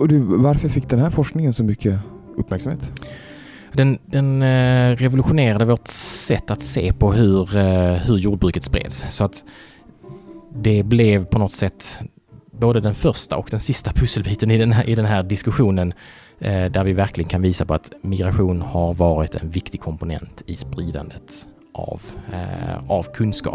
Och du, varför fick den här forskningen så mycket uppmärksamhet? Den revolutionerade vårt sätt att se på hur jordbruket spreds. Så att det blev på något sätt både den första och den sista pusselbiten i den här diskussionen, där vi verkligen kan visa på att migration har varit en viktig komponent i spridandet av kunskap.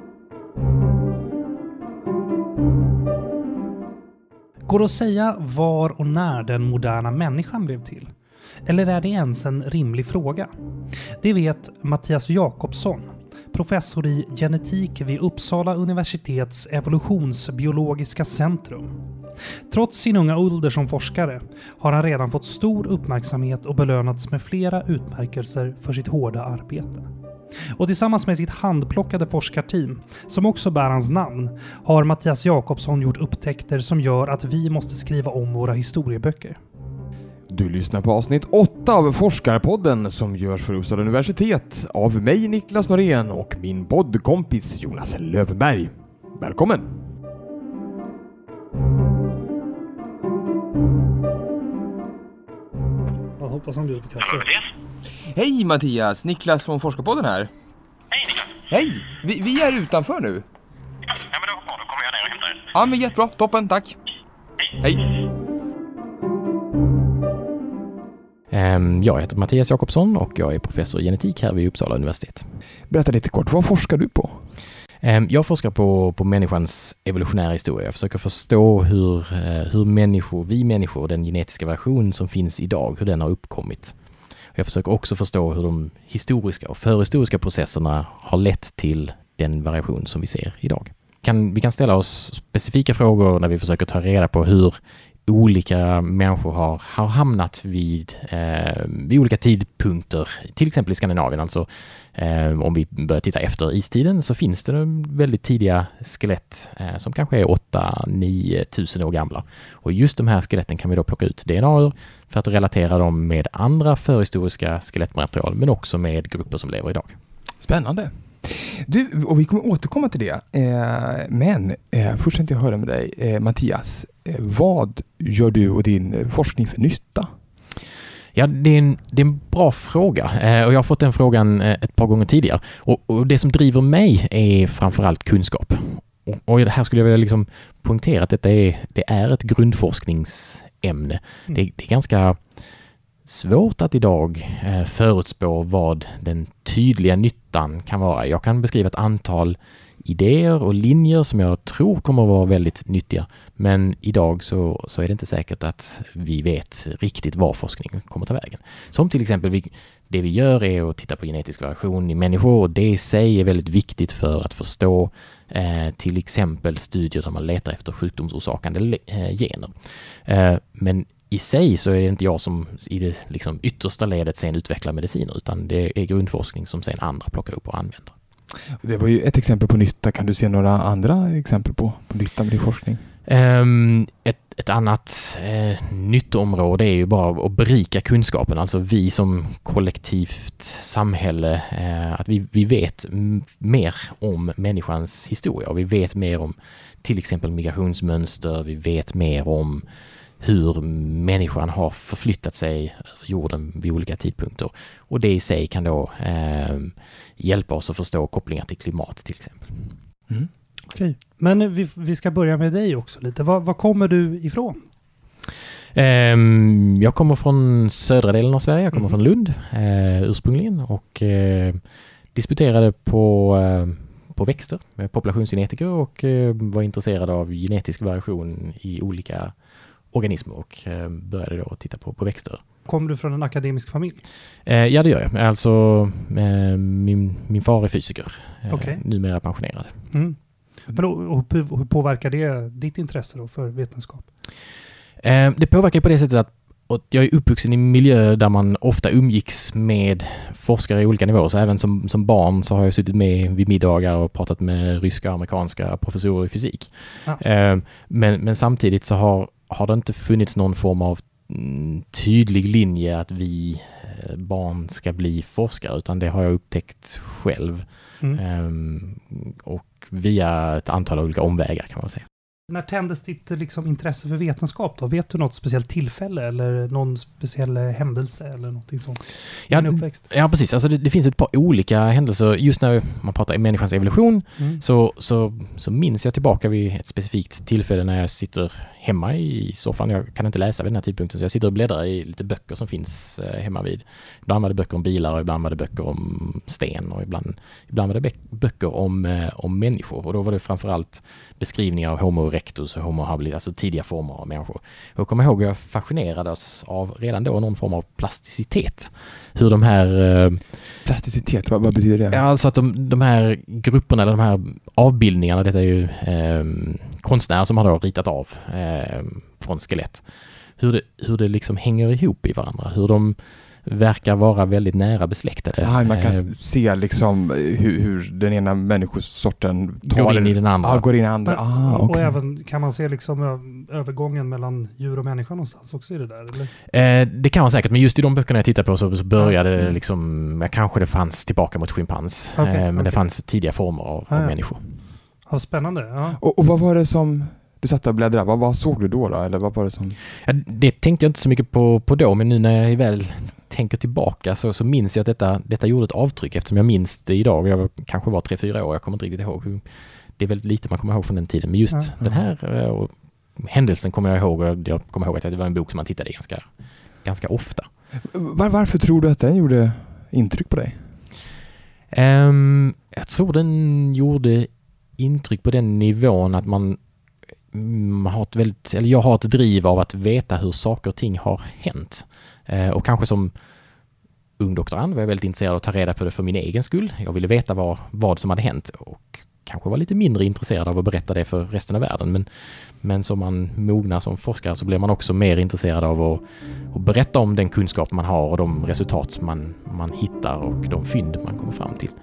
Går det att säga var och när den moderna människan blev till? Eller är det ens en rimlig fråga? Det vet Mattias Jakobsson, professor i genetik vid Uppsala universitets evolutionsbiologiska centrum. Trots sin unga ålder som forskare har han redan fått stor uppmärksamhet och belönats med flera utmärkelser för sitt hårda arbete. Och tillsammans med sitt handplockade forskarteam, som också bär hans namn, har Mattias Jakobsson gjort upptäckter som gör att vi måste skriva om våra historieböcker. Du lyssnar på avsnitt 8 av Forskarpodden som görs för Uppsala universitet av mig, Niklas Norén, och min poddkompis Jonas Löfberg. Välkommen! Jag hoppas han bjuder på kaffe. Hej Mattias, Niklas från Forskarpodden här. Hej Niklas! Hej, vi är utanför nu. Ja men då kommer jag ner och hämtar er. Ja men jättebra, toppen, tack. Hej. Jag heter Mattias Jakobsson och jag är professor i genetik här vid Uppsala universitet. Berätta lite kort, vad forskar du på? Jag forskar på människans evolutionära historia. Jag försöker förstå hur vi människor, den genetiska version som finns idag, hur den har uppkommit. Jag försöker också förstå hur de historiska och förhistoriska processerna har lett till den variation som vi ser idag. Vi kan ställa oss specifika frågor när vi försöker ta reda på hur olika människor har hamnat vid olika tidpunkter, till exempel i Skandinavien. Alltså, om vi börjar titta efter istiden så finns det väldigt tidiga skelett som kanske är 8-9 tusen år gamla. Och just de här skeletten kan vi då plocka ut DNA för att relatera dem med andra förhistoriska skelettmaterial, men också med grupper som lever idag. Spännande. Du, och vi kommer återkomma till det. Men först tänkte jag höra med dig, Mattias. Vad gör du och din forskning för nytta? Ja, det är en bra fråga. Och jag har fått den frågan ett par gånger tidigare. Och det som driver mig är framförallt kunskap. Och här skulle jag vilja poängtera att det är ett grundforskningsämne. Det är ganska svårt att idag förutspå vad den tydliga nyttan kan vara. Jag kan beskriva ett antal idéer och linjer som jag tror kommer att vara väldigt nyttiga. Men idag så är det inte säkert att vi vet riktigt var forskningen kommer ta vägen. Som till exempel det vi gör är att titta på genetisk variation i människor, och det i sig är väldigt viktigt för att förstå till exempel studier där man letar efter sjukdomsorsakande gener. Men i sig så är det inte jag som i det yttersta ledet sen utvecklar mediciner, utan det är grundforskning som sen andra plockar upp och använder. Det var ju ett exempel på nytta. Kan du se några andra exempel på nytta med din forskning? Ett annat nyttoområde är ju bara att berika kunskapen. Alltså vi som kollektivt samhälle, att vi vet mer om människans historia, och vi vet mer om till exempel migrationsmönster, vi vet mer om hur människan har förflyttat sig över jorden vid olika tidpunkter. Och det i sig kan då hjälpa oss att förstå kopplingar till klimat till exempel. Mm. Okej. Men vi ska börja med dig också lite. Var kommer du ifrån? Jag kommer från södra delen av Sverige. Jag kommer från Lund ursprungligen och disputerade på växter med populationsgenetiker och var intresserad av genetisk variation i olika organismer och började då titta på växter. Kommer du från en akademisk familj? Ja, det gör jag. Alltså, min far är fysiker. Okay. Numera pensionerad. Mm. Men hur påverkar det ditt intresse då för vetenskap? Det påverkar på det sättet att jag är uppvuxen i en miljö där man ofta umgicks med forskare i olika nivåer. Så även som barn så har jag suttit med vid middagar och pratat med ryska och amerikanska professorer i fysik. Ja. Men samtidigt så har det inte funnits någon form av tydlig linje att vi barn ska bli forskare, utan det har jag upptäckt själv. Och via ett antal olika omvägar kan man säga. När tändes ditt liksom, intresse för vetenskap då? Vet du något speciellt tillfälle eller någon speciell händelse eller någonting sånt? Ja, precis. Alltså det finns ett par olika händelser. Just när man pratar om människans evolution så minns jag tillbaka vid ett specifikt tillfälle när jag sitter hemma i soffan. Jag kan inte läsa vid den här tidpunkten, så jag sitter och bläddrar i lite böcker som finns hemma vid. Ibland var det böcker om bilar och ibland var det böcker om sten och ibland var det böcker om människor. Och då var det framförallt beskrivningar av Homo erectus och Homo habilis, alltså tidiga former av människor. Och jag kommer ihåg att jag fascinerades av redan då någon form av plasticitet. Hur de här... Plasticitet, vad betyder det? Ja, alltså att de här grupperna eller de här avbildningarna, detta är ju konstnärer som har då ritat av från skelett. Hur det liksom hänger ihop i varandra. Hur de verkar vara väldigt nära besläktade. Man kan se liksom hur den ena människosorten går in i den andra. Går in i den andra. Och även kan man se liksom övergången mellan djur och människa någonstans också i det där? Eller? Det kan man säkert, men just i de böckerna jag tittar på så började det liksom, kanske det fanns tillbaka mot schimpans. Men det fanns tidiga former av människor. Ja, spännande. Ja. Och vad var det som du satt och bläddrade? Vad såg du då? Eller vad var det som... Ja, det tänkte jag inte så mycket på då, men nu när jag väl tänker tillbaka så minns jag att detta gjorde ett avtryck, eftersom jag minns det idag. Jag kanske var 3-4 år, jag kommer inte riktigt ihåg. Det är väldigt lite man kommer ihåg från den tiden, men just den här händelsen kommer jag ihåg, och jag kommer ihåg att det var en bok som man tittade i ganska ofta. Varför tror du att den gjorde intryck på dig? Jag tror den gjorde intryck på den nivån att man har jag har ett driv av att veta hur saker och ting har hänt. Och kanske som ung doktorand var jag väldigt intresserad av att ta reda på det för min egen skull. Jag ville veta vad som hade hänt och kanske var lite mindre intresserad av att berätta det för resten av världen. Men som man mognar som forskare så blir man också mer intresserad av att berätta om den kunskap man har och de resultat man hittar och de fynd man kommer fram till.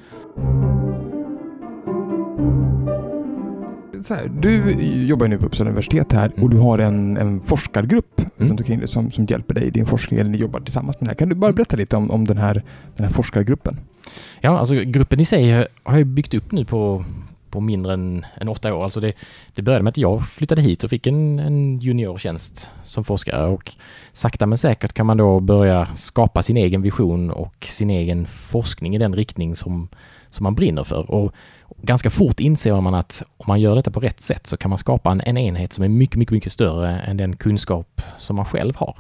Så här, du jobbar nu på Uppsala universitet här och du har en forskargrupp runt omkring dig som hjälper dig i din forskning, eller ni jobbar tillsammans med det här. Kan du bara berätta lite om den här forskargruppen? Ja, alltså gruppen i sig har jag byggt upp nu på mindre än 8 år. Alltså det började med att jag flyttade hit och fick en juniortjänst som forskare, och sakta men säkert kan man då börja skapa sin egen vision och sin egen forskning i den riktning som man brinner för. Och ganska fort inser man att om man gör detta på rätt sätt så kan man skapa en enhet som är mycket, mycket, mycket större än den kunskap som man själv har.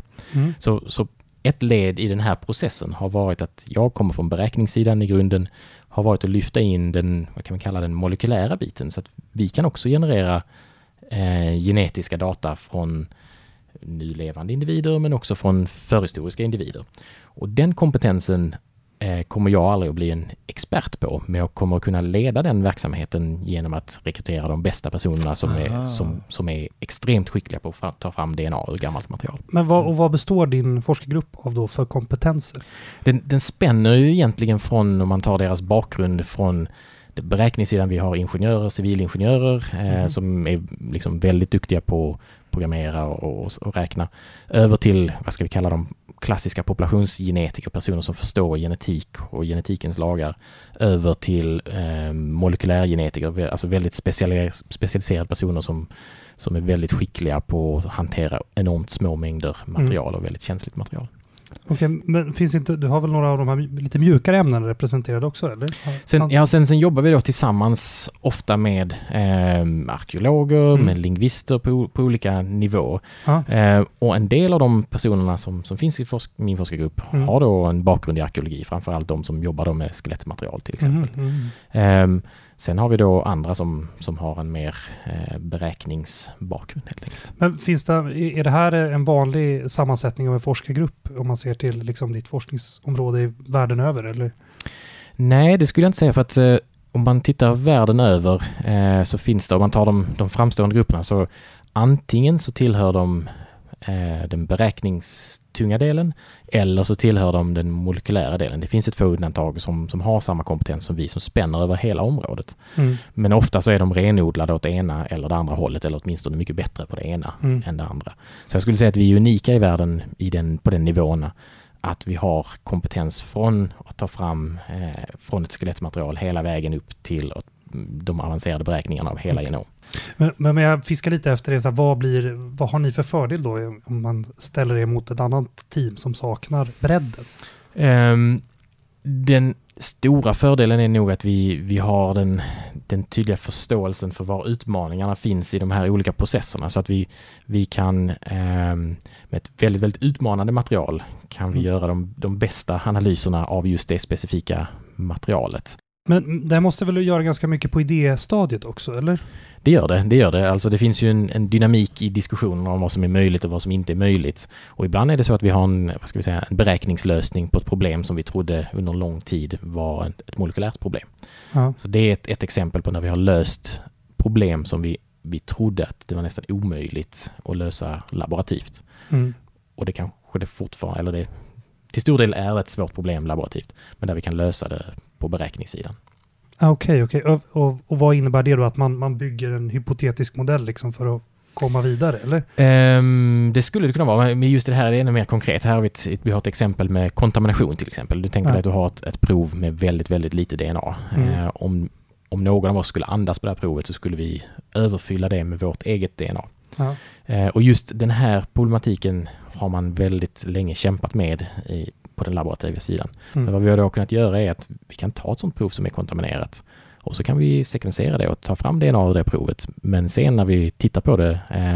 Så ett led i den här processen har varit att jag kommer från beräkningssidan i grunden, har varit att lyfta in den, vad kan man kalla den, molekylära biten, så att vi kan också generera genetiska data från nu levande individer men också från förhistoriska individer. Och den kompetensen kommer jag aldrig att bli en expert på, men jag kommer att kunna leda den verksamheten genom att rekrytera de bästa personerna som är extremt skickliga på att ta fram DNA ur gammalt material. Men vad består din forskargrupp av då för kompetenser? Den spänner ju egentligen från, om man tar deras bakgrund från beräkningssidan, vi har ingenjörer, civilingenjörer som är liksom väldigt duktiga på att programmera och räkna, över till, vad ska vi kalla dem, klassiska populationsgenetiker, personer som förstår genetik och genetikens lagar, över till molekylärgenetiker, alltså väldigt specialiserade personer som är väldigt skickliga på att hantera enormt små mängder material och väldigt känsligt material. Okej, men finns inte, du har väl några av de här lite mjukare ämnena representerade också, eller? Sen jobbar vi då tillsammans ofta med arkeologer, med lingvister på olika nivåer. Och en del av de personerna som finns i min forskargrupp har då en bakgrund i arkeologi, framförallt de som jobbar då med skelettmaterial till exempel. Sen har vi då andra som har en mer beräkningsbakgrund helt enkelt. Men är det här en vanlig sammansättning av en forskargrupp om man ser till liksom ditt forskningsområde i världen över, eller? Nej, det skulle jag inte säga, för att om man tittar världen över så finns det, om man tar de framstående grupperna, så antingen så tillhör de den beräkningstunga delen, eller så tillhör de den molekylära delen. Det finns ett få undantag som har samma kompetens som vi, som spänner över hela området. Men ofta så är de renodlade åt det ena eller det andra hållet, eller åtminstone mycket bättre på det ena än det andra. Så jag skulle säga att vi är unika i världen på den nivån, att vi har kompetens från att ta fram från ett skelettmaterial hela vägen upp till att de avancerade beräkningarna av hela genom. Men jag fiskar lite efter det, så här, vad har ni för fördel då om man ställer det mot ett annat team som saknar bredden? Den stora fördelen är nog att vi har den tydliga förståelsen för var utmaningarna finns i de här olika processerna, så att vi kan med ett väldigt, väldigt utmanande material kan vi göra de bästa analyserna av just det specifika materialet. Men det måste väl göra ganska mycket på idéstadiet också, eller? Det gör det. Alltså det finns ju en dynamik i diskussionen om vad som är möjligt och vad som inte är möjligt. Och ibland är det så att vi har en beräkningslösning på ett problem som vi trodde under lång tid var ett molekylärt problem. Ja. Så det är ett exempel på när vi har löst problem som vi trodde att det var nästan omöjligt att lösa laborativt. Och det kanske det fortfarande, eller det till stor del är ett svårt problem laborativt, men där vi kan lösa det på beräkningssidan. Okej. Och vad innebär det då? Att man bygger en hypotetisk modell liksom för att komma vidare, eller? Det skulle det kunna vara, men just det här är ännu mer konkret. Här har vi har ett exempel med kontamination till exempel. Du tänker dig att du har ett prov med väldigt, väldigt lite DNA. Om någon av oss skulle andas på det här provet så skulle vi överfylla det med vårt eget DNA. Ja. Och just den här problematiken har man väldigt länge kämpat med på den laborativa sidan. Men vad vi har då kunnat göra är att vi kan ta ett sånt prov som är kontaminerat och så kan vi sekvensera det och ta fram DNA ur det provet. Men sen när vi tittar på det,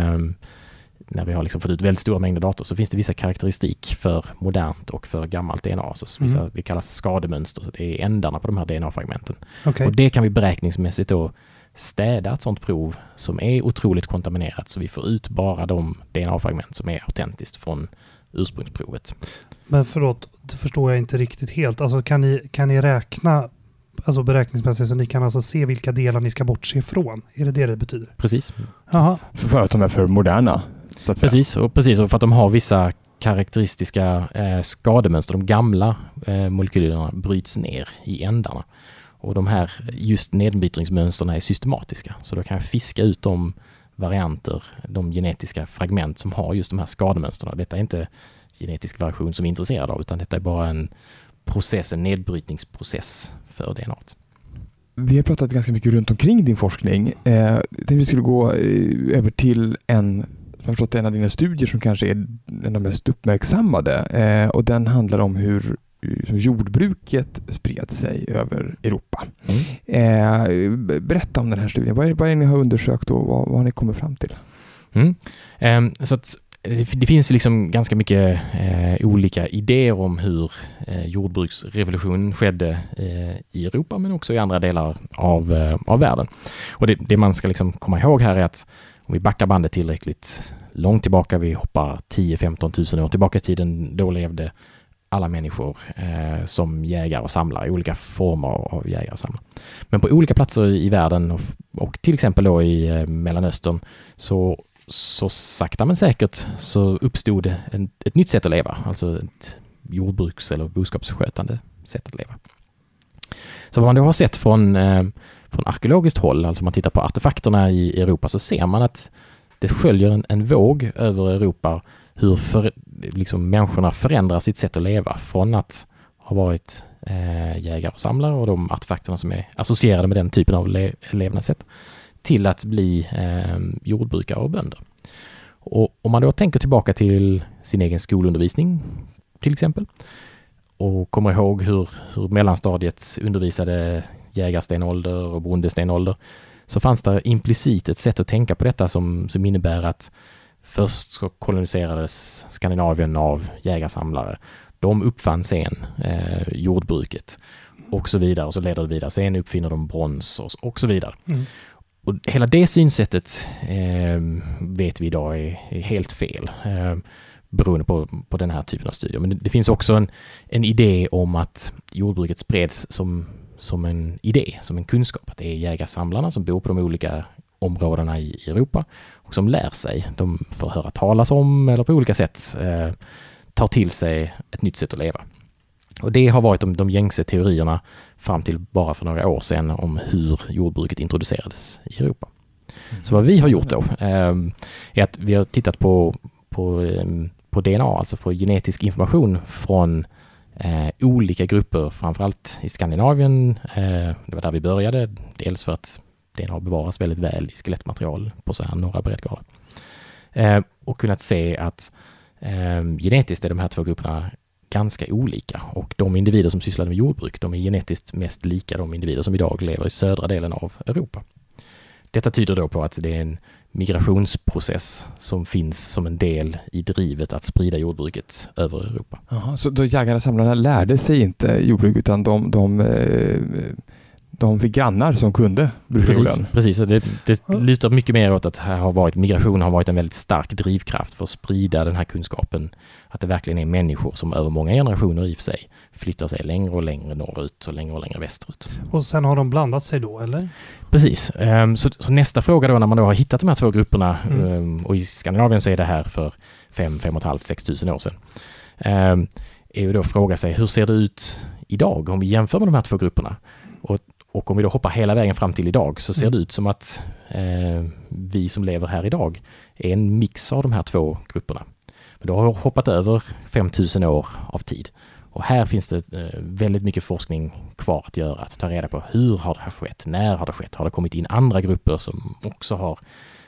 när vi har liksom fått ut väldigt stora mängder data, så finns det vissa karaktäristik för modernt och för gammalt DNA. Så det kallas skademönster, så det är ändarna på de här DNA-fragmenten. Okay. Och det kan vi beräkningsmässigt då städa ett sånt prov som är otroligt kontaminerat, så vi får ut bara de DNA-fragment som är autentiskt från ursprungsprovet. Men förlåt, det förstår jag inte riktigt helt. Alltså kan ni räkna beräkningsmässigt, så ni kan alltså se vilka delar ni ska bortse ifrån? Är det betyder? Precis. Aha. För att de är för moderna, så att säga. Precis, och för att de har vissa karaktäristiska skademönster. De gamla molekylerna bryts ner i ändarna. Och de här just nedbrytningsmönsterna är systematiska. Så då kan jag fiska ut de varianter, de genetiska fragment som har just de här skademönsterna. Detta är inte genetisk variation som vi är intresserade av, utan detta är bara en nedbrytningsprocess för DNA. Vi har pratat ganska mycket runt omkring din forskning. Jag tänkte vi skulle gå över till en av dina studier som kanske är en av de mest uppmärksammade. Och den handlar om hur jordbruket spred sig över Europa. Berätta om den här studien. Vad är det ni har undersökt och vad har ni kommit fram till? Så att det finns liksom ganska mycket olika idéer om hur jordbruksrevolutionen skedde i Europa, men också i andra delar av världen. Och det man ska liksom komma ihåg här är att om vi backar bandet tillräckligt långt tillbaka, vi hoppar 10-15 000 år tillbaka i tiden, då levde alla människor som jägare och samlare, i olika former av jägare och samlare. Men på olika platser i världen och till exempel då i Mellanöstern så sakta men säkert så uppstod ett nytt sätt att leva, alltså ett jordbruks- eller boskapsskötande sätt att leva. Så vad man då har sett från arkeologiskt håll, alltså man tittar på artefakterna i Europa, så ser man att det sköljer en våg över Europa hur människorna förändrar sitt sätt att leva från att ha varit jägare och samlare och de artefakterna som är associerade med den typen av levnadssätt till att bli jordbrukare och bönder. Och om man då tänker tillbaka till sin egen skolundervisning till exempel och kommer ihåg hur mellanstadiet undervisade jägarstenålder och bondestenålder, så fanns det implicit ett sätt att tänka på detta som innebär att först så koloniserades Skandinavien av jägarsamlare. De uppfann sen jordbruket och så vidare, och så leder det vidare. Sen uppfinner de brons och så vidare. Och hela det synsättet vet vi idag är helt fel beroende på den här typen av studier. Men det finns också en idé om att jordbruket spreds som en idé, som en kunskap. Att det är jägarsamlarna som bor på de olika områdena i Europa och som lär sig. De får höra talas om eller på olika sätt tar till sig ett nytt sätt att leva. Och det har varit de gängse teorierna fram till bara för några år sedan om hur jordbruket introducerades i Europa. Så vad vi har gjort då är att vi har tittat på DNA, alltså på genetisk information från olika grupper, framförallt i Skandinavien. Det var där vi började, dels för att den har bevarats väldigt väl i skelettmaterial på så här norra breddgrader. Och kunnat se att genetiskt är de här två grupperna ganska olika, och de individer som sysslade med jordbruk, de är genetiskt mest lika de individer som idag lever i södra delen av Europa. Detta tyder då på att det är en migrationsprocess som finns som en del i drivet att sprida jordbruket över Europa. Aha, så då jägarna och samlarna lärde sig inte jordbruk, utan de fick grannar som kunde bruka jorden? Precis. Det lutar mycket mer åt att migration har varit en väldigt stark drivkraft för att sprida den här kunskapen. Att det verkligen är människor som över många generationer i och för sig flyttar sig längre och längre norrut och längre västerut. Och sen har de blandat sig då, eller? Precis. Så nästa fråga då, när man då har hittat de här två grupperna, och i Skandinavien så är det här för 5,5-6 000 år sedan, är ju då att fråga sig, hur ser det ut idag om vi jämför med de här två grupperna? Och om vi då hoppar hela vägen fram till idag, så ser det ut som att vi som lever här idag är en mix av de här två grupperna. Men då har vi hoppat över 5 000 år av tid. Och här finns det väldigt mycket forskning kvar att göra, att ta reda på hur har det här skett, när har det skett, har det kommit in andra grupper som också har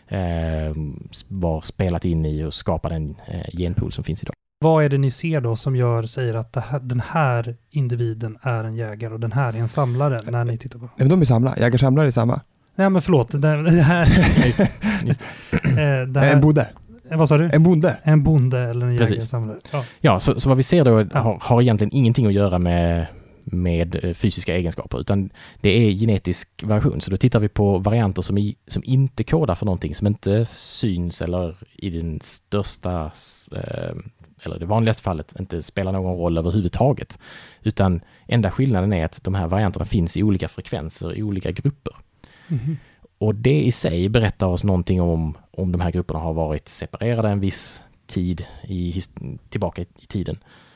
spelat in i och skapat den genpool som finns idag. Vad är det ni ser då som säger att den här individen är en jägare och den här är en samlare när ni tittar på? Men de är samma. Jägarsamlare är samma. Nej, men förlåt. Det här... det här... En bonde. Vad sa du? En bonde. En bonde eller en jägarsamlare. Ja, så vad vi ser då har egentligen ingenting att göra med fysiska egenskaper, utan det är genetisk variation. Så då tittar vi på varianter som inte kodar för någonting, som inte syns eller i den största eller det vanligaste fallet inte spelar någon roll överhuvudtaget. Utan enda skillnaden är att de här varianterna finns i olika frekvenser, i olika grupper. Mm-hmm. Och det i sig berättar oss någonting om de här grupperna har varit separerade en viss tid tillbaka i tiden.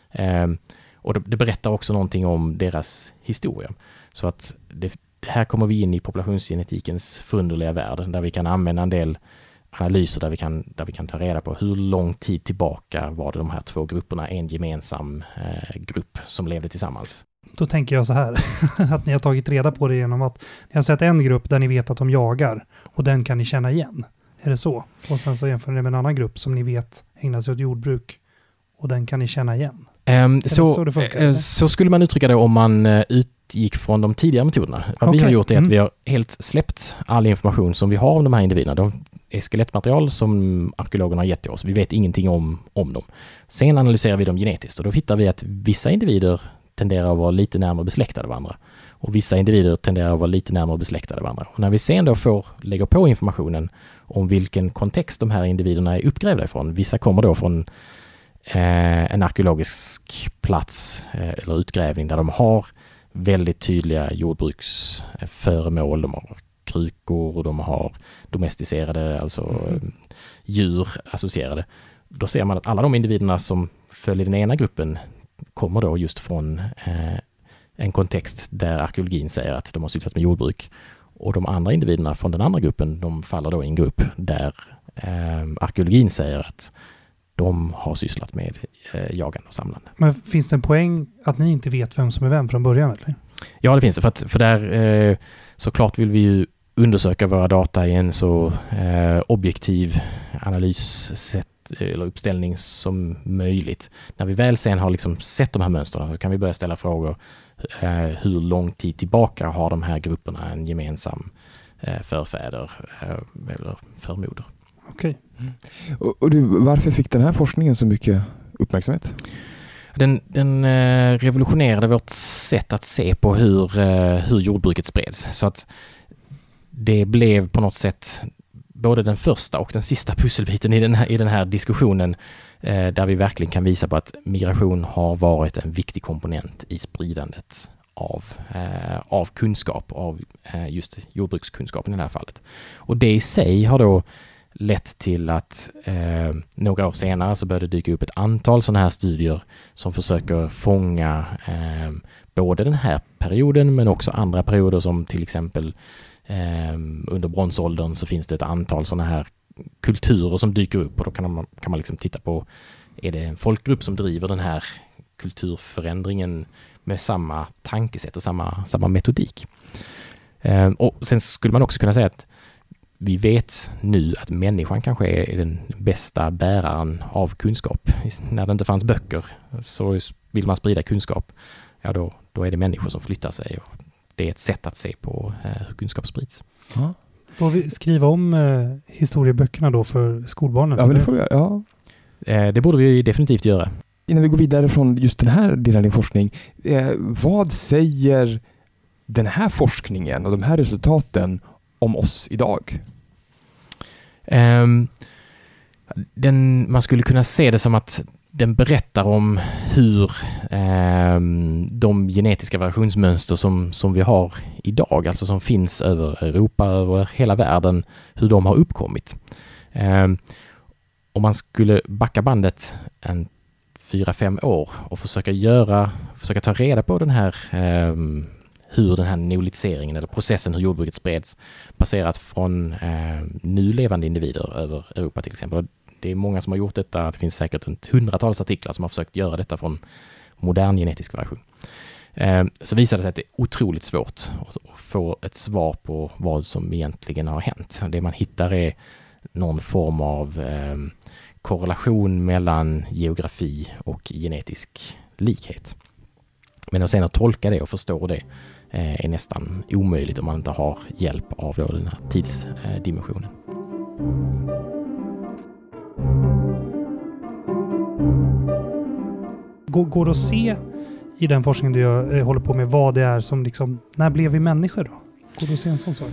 Och det berättar också någonting om deras historia. Så att det här kommer vi in i populationsgenetikens förunderliga värld, där vi kan använda en del analyser där vi kan ta reda på hur lång tid tillbaka var det de här två grupperna en gemensam grupp som levde tillsammans. Då tänker jag så här, att ni har tagit reda på det genom att ni har sett en grupp där ni vet att de jagar, och den kan ni känna igen. Är det så? Och sen så jämför ni med en annan grupp som ni vet ägnar sig åt jordbruk, och den kan ni känna igen. Så skulle man uttrycka det om man utgick från de tidigare metoderna. Vad vi har gjort är att vi har helt släppt all information som vi har om de här individerna. De är skelettmaterial som arkeologerna har gett till oss. Vi vet ingenting om dem. Sen analyserar vi dem genetiskt, och då hittar vi att vissa individer tenderar att vara lite närmare besläktade varandra. Och vissa individer tenderar att vara lite närmare besläktade varandra. Och när vi sen då lägger på informationen om vilken kontext de här individerna är uppgrävda ifrån. Vissa kommer då från en arkeologisk plats eller utgrävning där de har väldigt tydliga jordbruksföremål. De har krukor och de har domesticerade, alltså djur associerade. Då ser man att alla de individerna som följer den ena gruppen kommer då just från en kontext där arkeologin säger att de har sysslat med jordbruk. Och de andra individerna från den andra gruppen, de faller då i en grupp där arkeologin säger att de har sysslat med jagande och samlande. Men finns det en poäng att ni inte vet vem som är vem från början, eller? Ja, det finns det. För där såklart vill vi ju undersöka våra data i en så objektiv analyssätt eller uppställning som möjligt. När vi väl sen har liksom sett de här mönstren så kan vi börja ställa frågor. Hur lång tid tillbaka har de här grupperna en gemensam förfäder eller förmoder? Okej. Och varför fick den här forskningen så mycket uppmärksamhet? Den revolutionerade vårt sätt att se på hur jordbruket spreds. Så att det blev på något sätt både den första och den sista pusselbiten i den här diskussionen, där vi verkligen kan visa på att migration har varit en viktig komponent i spridandet av kunskap, av just jordbrukskunskapen i det här fallet. Och det i sig har då lett till att några år senare så började det dyka upp ett antal sådana här studier som försöker fånga både den här perioden men också andra perioder, som till exempel under bronsåldern så finns det ett antal sådana här kulturer som dyker upp, och då kan man liksom titta på, är det en folkgrupp som driver den här kulturförändringen med samma tankesätt och samma metodik. Och sen skulle man också kunna säga att vi vet nu att människan kanske är den bästa bäraren av kunskap. När det inte fanns böcker så vill man sprida kunskap. Ja, då är det människor som flyttar sig och det är ett sätt att se på hur kunskap sprids. Ja. Får vi skriva om historieböckerna då för skolbarnen? Ja, men det får vi göra. Ja. Det borde vi definitivt göra. Innan vi går vidare från just den här delen av din forskning, vad säger den här forskningen och de här resultaten om oss idag? Man skulle kunna se det som att den berättar om hur de genetiska variationsmönster som vi har idag, alltså som finns över Europa, över hela världen, hur de har uppkommit. Om man skulle backa bandet 4-5 år och försöka ta reda på den här hur den här neolitiseringen eller processen hur jordbruket spreds baserat från nu levande individer över Europa till exempel. Det är många som har gjort detta. Det finns säkert 100-tals artiklar som har försökt göra detta från modern genetisk variation. Så visar det sig att det är otroligt svårt att få ett svar på vad som egentligen har hänt. Det man hittar är någon form av korrelation mellan geografi och genetisk likhet. Men att sen att tolka det och förstå det är nästan omöjligt om man inte har hjälp av då den här tidsdimensionen. Går det att se i den forskning du håller på med vad det är som liksom, när blev vi människor då? Går det att se en sån sak?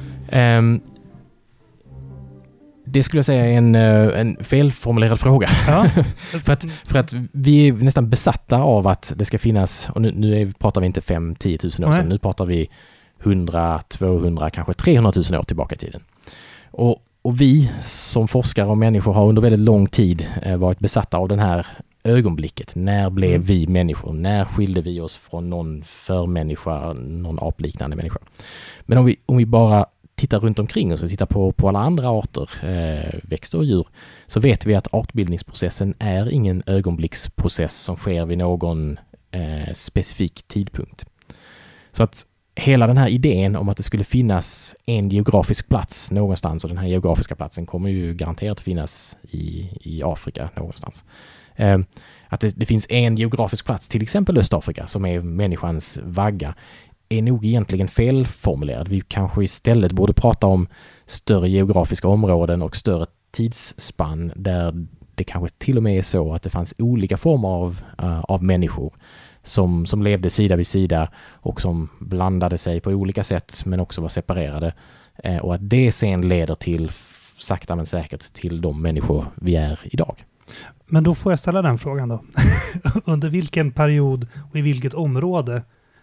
Det skulle jag säga är en felformulerad fråga. Ja. för att vi är nästan besatta av att det ska finnas, och nu pratar vi inte 5-10 000 år sedan, nu pratar vi 100, 200, kanske 300 000 år tillbaka i tiden. Och vi som forskare och människor har under väldigt lång tid varit besatta av den här ögonblicket. När blev vi människor? När skilde vi oss från någon förmänniska, någon apliknande människa? Men om vi bara tittar runt omkring oss och tittar på alla andra arter, växter och djur, så vet vi att artbildningsprocessen är ingen ögonblicksprocess som sker vid någon specifik tidpunkt. Så att hela den här idén om att det skulle finnas en geografisk plats någonstans, och den här geografiska platsen kommer ju garanterat finnas i Afrika någonstans. Att det finns en geografisk plats, till exempel Östafrika, som är människans vagga, är nog egentligen felformulerad. Vi kanske istället borde prata om större geografiska områden och större tidsspann där det kanske till och med är så att det fanns olika former av människor som levde sida vid sida och som blandade sig på olika sätt men också var separerade. Och att det sen leder till, sakta men säkert, till de människor vi är idag. Men då får jag ställa den frågan då. Under vilken period och i vilket område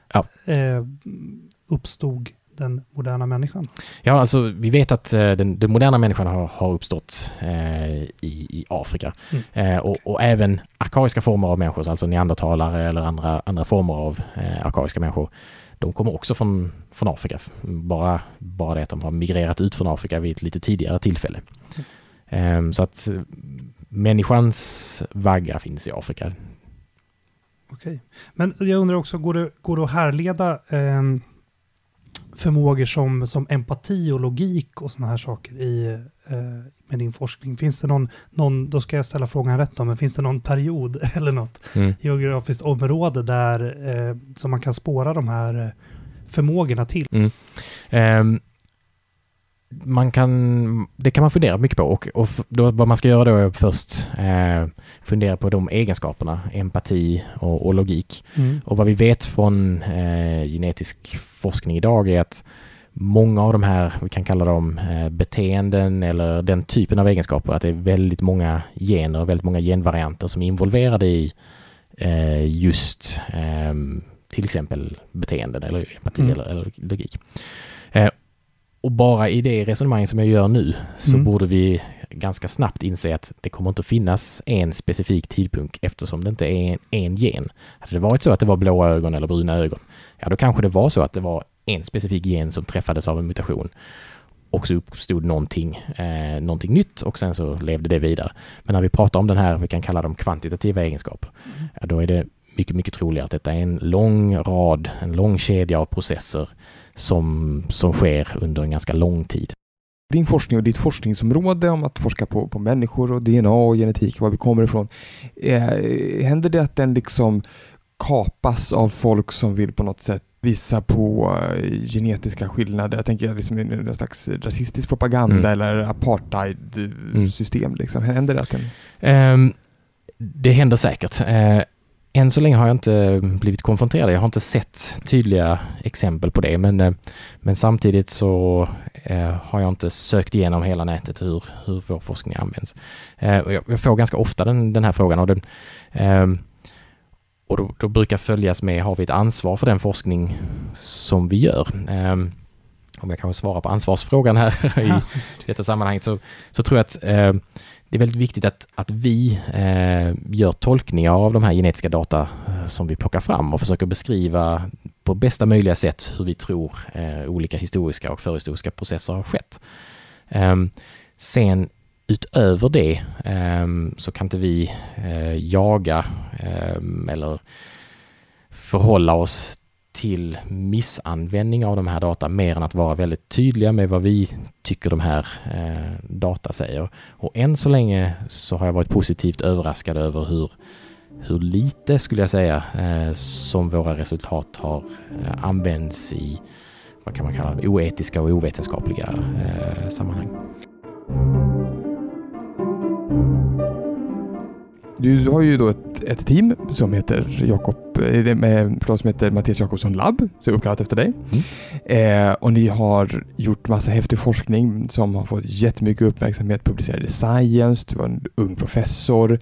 uppstod den moderna människan? Ja, alltså vi vet att den moderna människan har uppstått i Afrika. Och även arkaiska former av människor, alltså neandertalare eller andra former av arkaiska människor, de kommer också från Afrika. Bara det att de har migrerat ut från Afrika vid ett lite tidigare tillfälle. Så att människans vagga finns i Afrika. Okej. Men jag undrar också, går det att härleda förmågor som empati och logik och såna här saker med din forskning? Finns det någon, då ska jag ställa frågan rätt då, men finns det någon period eller något geografiskt område där som man kan spåra de här förmågorna till? Det kan man fundera mycket på, och då, vad man ska göra då är först fundera på de egenskaperna, empati och logik. Och vad vi vet från genetisk forskning idag är att många av de här, vi kan kalla dem beteenden eller den typen av egenskaper, att det är väldigt många gener och väldigt många genvarianter som är involverade i just till exempel beteenden eller empati eller logik. Och bara i det resonemang som jag gör nu så borde vi ganska snabbt inse att det kommer inte att finnas en specifik tidpunkt eftersom det inte är en gen. Hade det varit så att det var blåa ögon eller bruna ögon, ja då kanske det var så att det var en specifik gen som träffades av en mutation och så uppstod någonting nytt och sen så levde det vidare. Men när vi pratar om den här, vi kan kalla dem kvantitativa egenskaper, ja, då är det mycket, mycket troligare att detta är en lång kedja av processer som sker under en ganska lång tid. Din forskning och ditt forskningsområde om att forska på människor och DNA och genetik, var vi kommer ifrån, händer det att den liksom kapas av folk som vill på något sätt visa på genetiska skillnader? Jag tänker liksom en slags rasistisk propaganda eller apartheid-system. Liksom. Händer det att den... Det händer säkert. Än så länge har jag inte blivit konfronterad. Jag har inte sett tydliga exempel på det. Men samtidigt så har jag inte sökt igenom hela nätet hur vår forskning används. Jag får ganska ofta den här frågan. Och då brukar följas med, har vi ett ansvar för den forskning som vi gör? Om jag kan svara på ansvarsfrågan här i detta sammanhang så tror jag att det är väldigt viktigt att vi gör tolkningar av de här genetiska data som vi plockar fram och försöker beskriva på bästa möjliga sätt hur vi tror olika historiska och förhistoriska processer har skett. Sen utöver det så kan inte vi jaga eller förhålla oss till missanvändning av de här data mer än att vara väldigt tydliga med vad vi tycker de här data säger. Och än så länge så har jag varit positivt överraskad över hur lite, skulle jag säga, som våra resultat har använts i, vad kan man kalla det, oetiska och ovetenskapliga sammanhang. Du har ju då ett team som heter Mattias Jakobsson Lab, så är uppkallat efter dig. Och ni har gjort massa häftig forskning som har fått jättemycket uppmärksamhet, publicerad i Science. Du var en ung professor.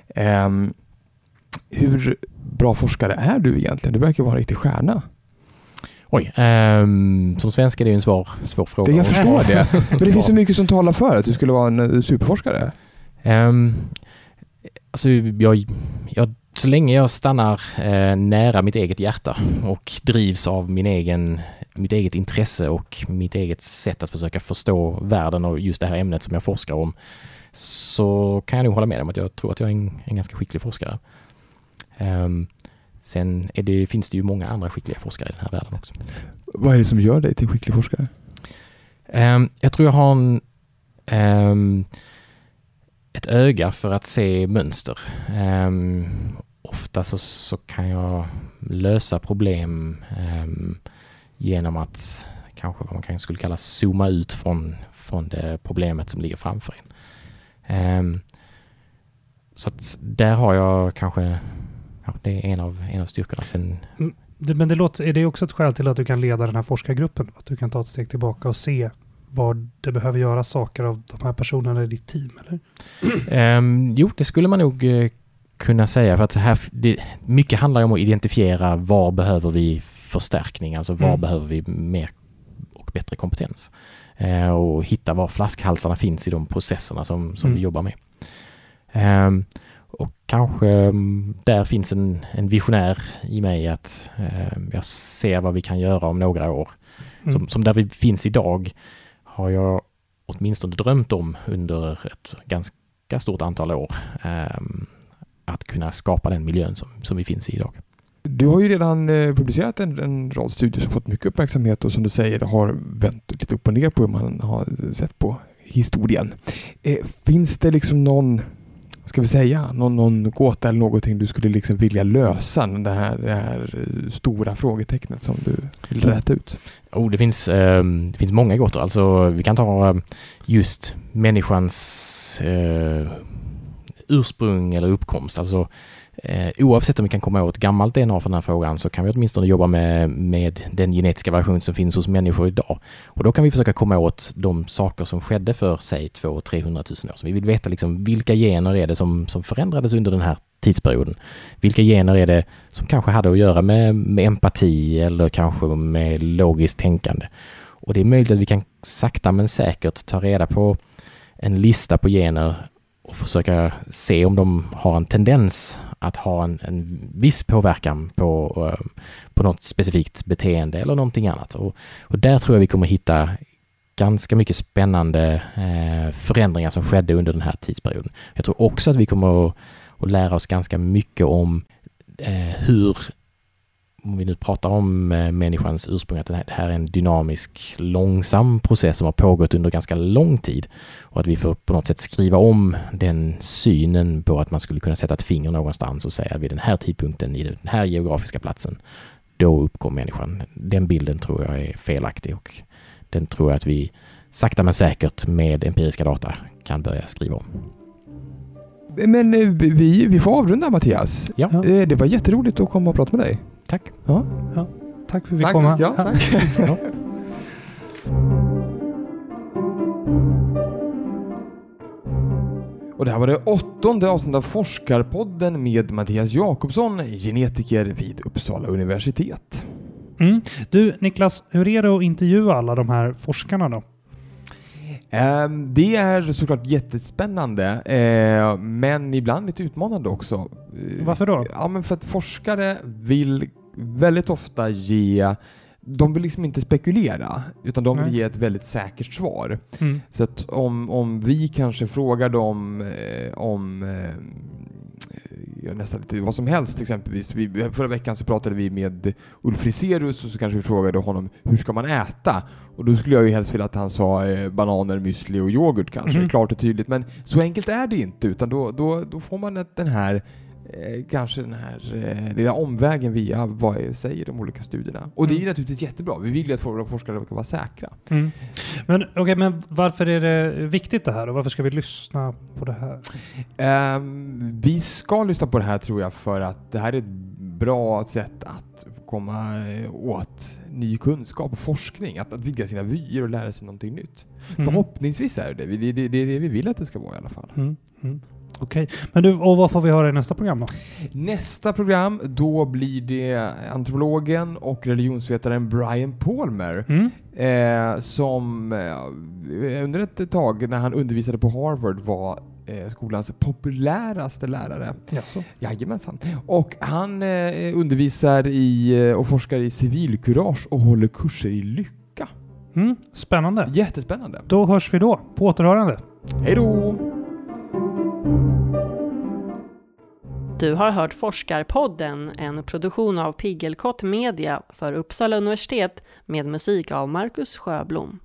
Hur bra forskare är du egentligen? Du verkar vara en riktig stjärna. Oj, som svensk är det ju en svår fråga. Jag förstår det. Men det finns så mycket som talar för att du skulle vara en superforskare. Alltså jag, så länge jag stannar nära mitt eget hjärta och drivs av mitt eget intresse och mitt eget sätt att försöka förstå världen och just det här ämnet som jag forskar om, så kan jag nog hålla med om att jag tror att jag är en ganska skicklig forskare. Sen finns det ju många andra skickliga forskare i den här världen också. Vad är det som gör dig till skicklig forskare? Jag tror jag har ett öga för att se mönster. Ofta så kan jag lösa problem genom att kanske vad man kan skulle kalla zooma ut från det problemet som ligger framför en. Så att där har jag kanske, det är en av styrkorna. Men är det också ett skäl till att du kan leda den här forskargruppen? Att du kan ta ett steg tillbaka och se var det behöver göra saker av de här personerna i ditt team, eller? Jo, det skulle man nog kunna säga. För att mycket handlar om att identifiera var behöver vi förstärkning, alltså var behöver vi mer och bättre kompetens. Och hitta var flaskhalsarna finns i de processerna som vi jobbar med. Och kanske där finns en visionär i mig att jag ser vad vi kan göra om några år. Som där vi finns idag har jag åtminstone drömt om under ett ganska stort antal år att kunna skapa den miljön som vi finns i idag. Du har ju redan publicerat en rad studier som fått mycket uppmärksamhet och som du säger har vänt lite upp och ner på hur man har sett på historien. Finns det liksom någon gåta eller någonting du skulle liksom vilja lösa, det här stora frågetecknet som du vill rätta ut? Det finns många gåtor. Alltså, vi kan ta just människans ursprung eller uppkomst. Alltså, oavsett om vi kan komma åt gammalt DNA för den här frågan, så kan vi åtminstone jobba med den genetiska variation som finns hos människor idag. Och då kan vi försöka komma åt de saker som skedde för, säg, 200-300 000 år. Så vi vill veta liksom, vilka gener är det som förändrades under den här tidsperioden. Vilka gener är det som kanske hade att göra med empati eller kanske med logiskt tänkande. Och det är möjligt att vi kan sakta men säkert ta reda på en lista på gener och försöka se om de har en tendens att ha en viss påverkan på något specifikt beteende eller någonting annat. Och där tror jag vi kommer hitta ganska mycket spännande förändringar som skedde under den här tidsperioden. Jag tror också att vi kommer att lära oss ganska mycket om hur, om vi nu pratar om människans ursprung, att det här är en dynamisk, långsam process som har pågått under ganska lång tid. Och att vi får på något sätt skriva om den synen på att man skulle kunna sätta ett finger någonstans och säga att vid den här tidpunkten i den här geografiska platsen, då uppkom människan. Den bilden tror jag är felaktig och den tror jag att vi sakta men säkert med empiriska data kan börja skriva om. Men vi får avrunda, Mattias. Ja. Det var jätteroligt att komma och prata med dig. Tack. Ja. Tack för att vi kom här. Ja, tack. Ja. Och det här var det 8:e avsnittet av Forskarpodden med Mattias Jakobsson, genetiker vid Uppsala universitet. Du, Niklas, hur är det att intervjua alla de här forskarna då? Det är såklart jättespännande, men ibland lite utmanande också. Varför då? Ja, men för att forskare vill väldigt ofta de vill liksom inte spekulera, utan de vill ge ett väldigt säkert svar. Så att om vi kanske frågar dem nästan lite vad som helst, exempelvis. Förra veckan så pratade vi med Ulf Friserus och så kanske vi frågade honom hur ska man äta? Och då skulle jag ju helst vilja att han sa bananer, müsli och yoghurt kanske, klart och tydligt. Men så enkelt är det inte, utan då får man den här lilla omvägen via vad säger de olika studierna. Och det är ju naturligtvis jättebra. Vi vill ju att våra forskare ska vara säkra. Men varför är det viktigt det här och varför ska vi lyssna på det här? Vi ska lyssna på det här, tror jag, för att det här är ett bra sätt att komma åt ny kunskap och forskning. Att vidga sina vyer och lära sig någonting nytt. Förhoppningsvis är det. Det är det vi vill att det ska vara i alla fall. Okej. Men du, och vad får vi höra i nästa program då? Nästa program, då blir det antropologen och religionsvetaren Brian Palmer som under ett tag när han undervisade på Harvard var skolans populäraste lärare. Jaså? Jajamensan. Och han undervisar och forskar i civilkurage och håller kurser i lycka. Spännande. Jättespännande. Då hörs vi då. På återhörande. Hej då! Du har hört Forskarpodden, en produktion av Piggelkott Media för Uppsala universitet med musik av Marcus Sjöblom.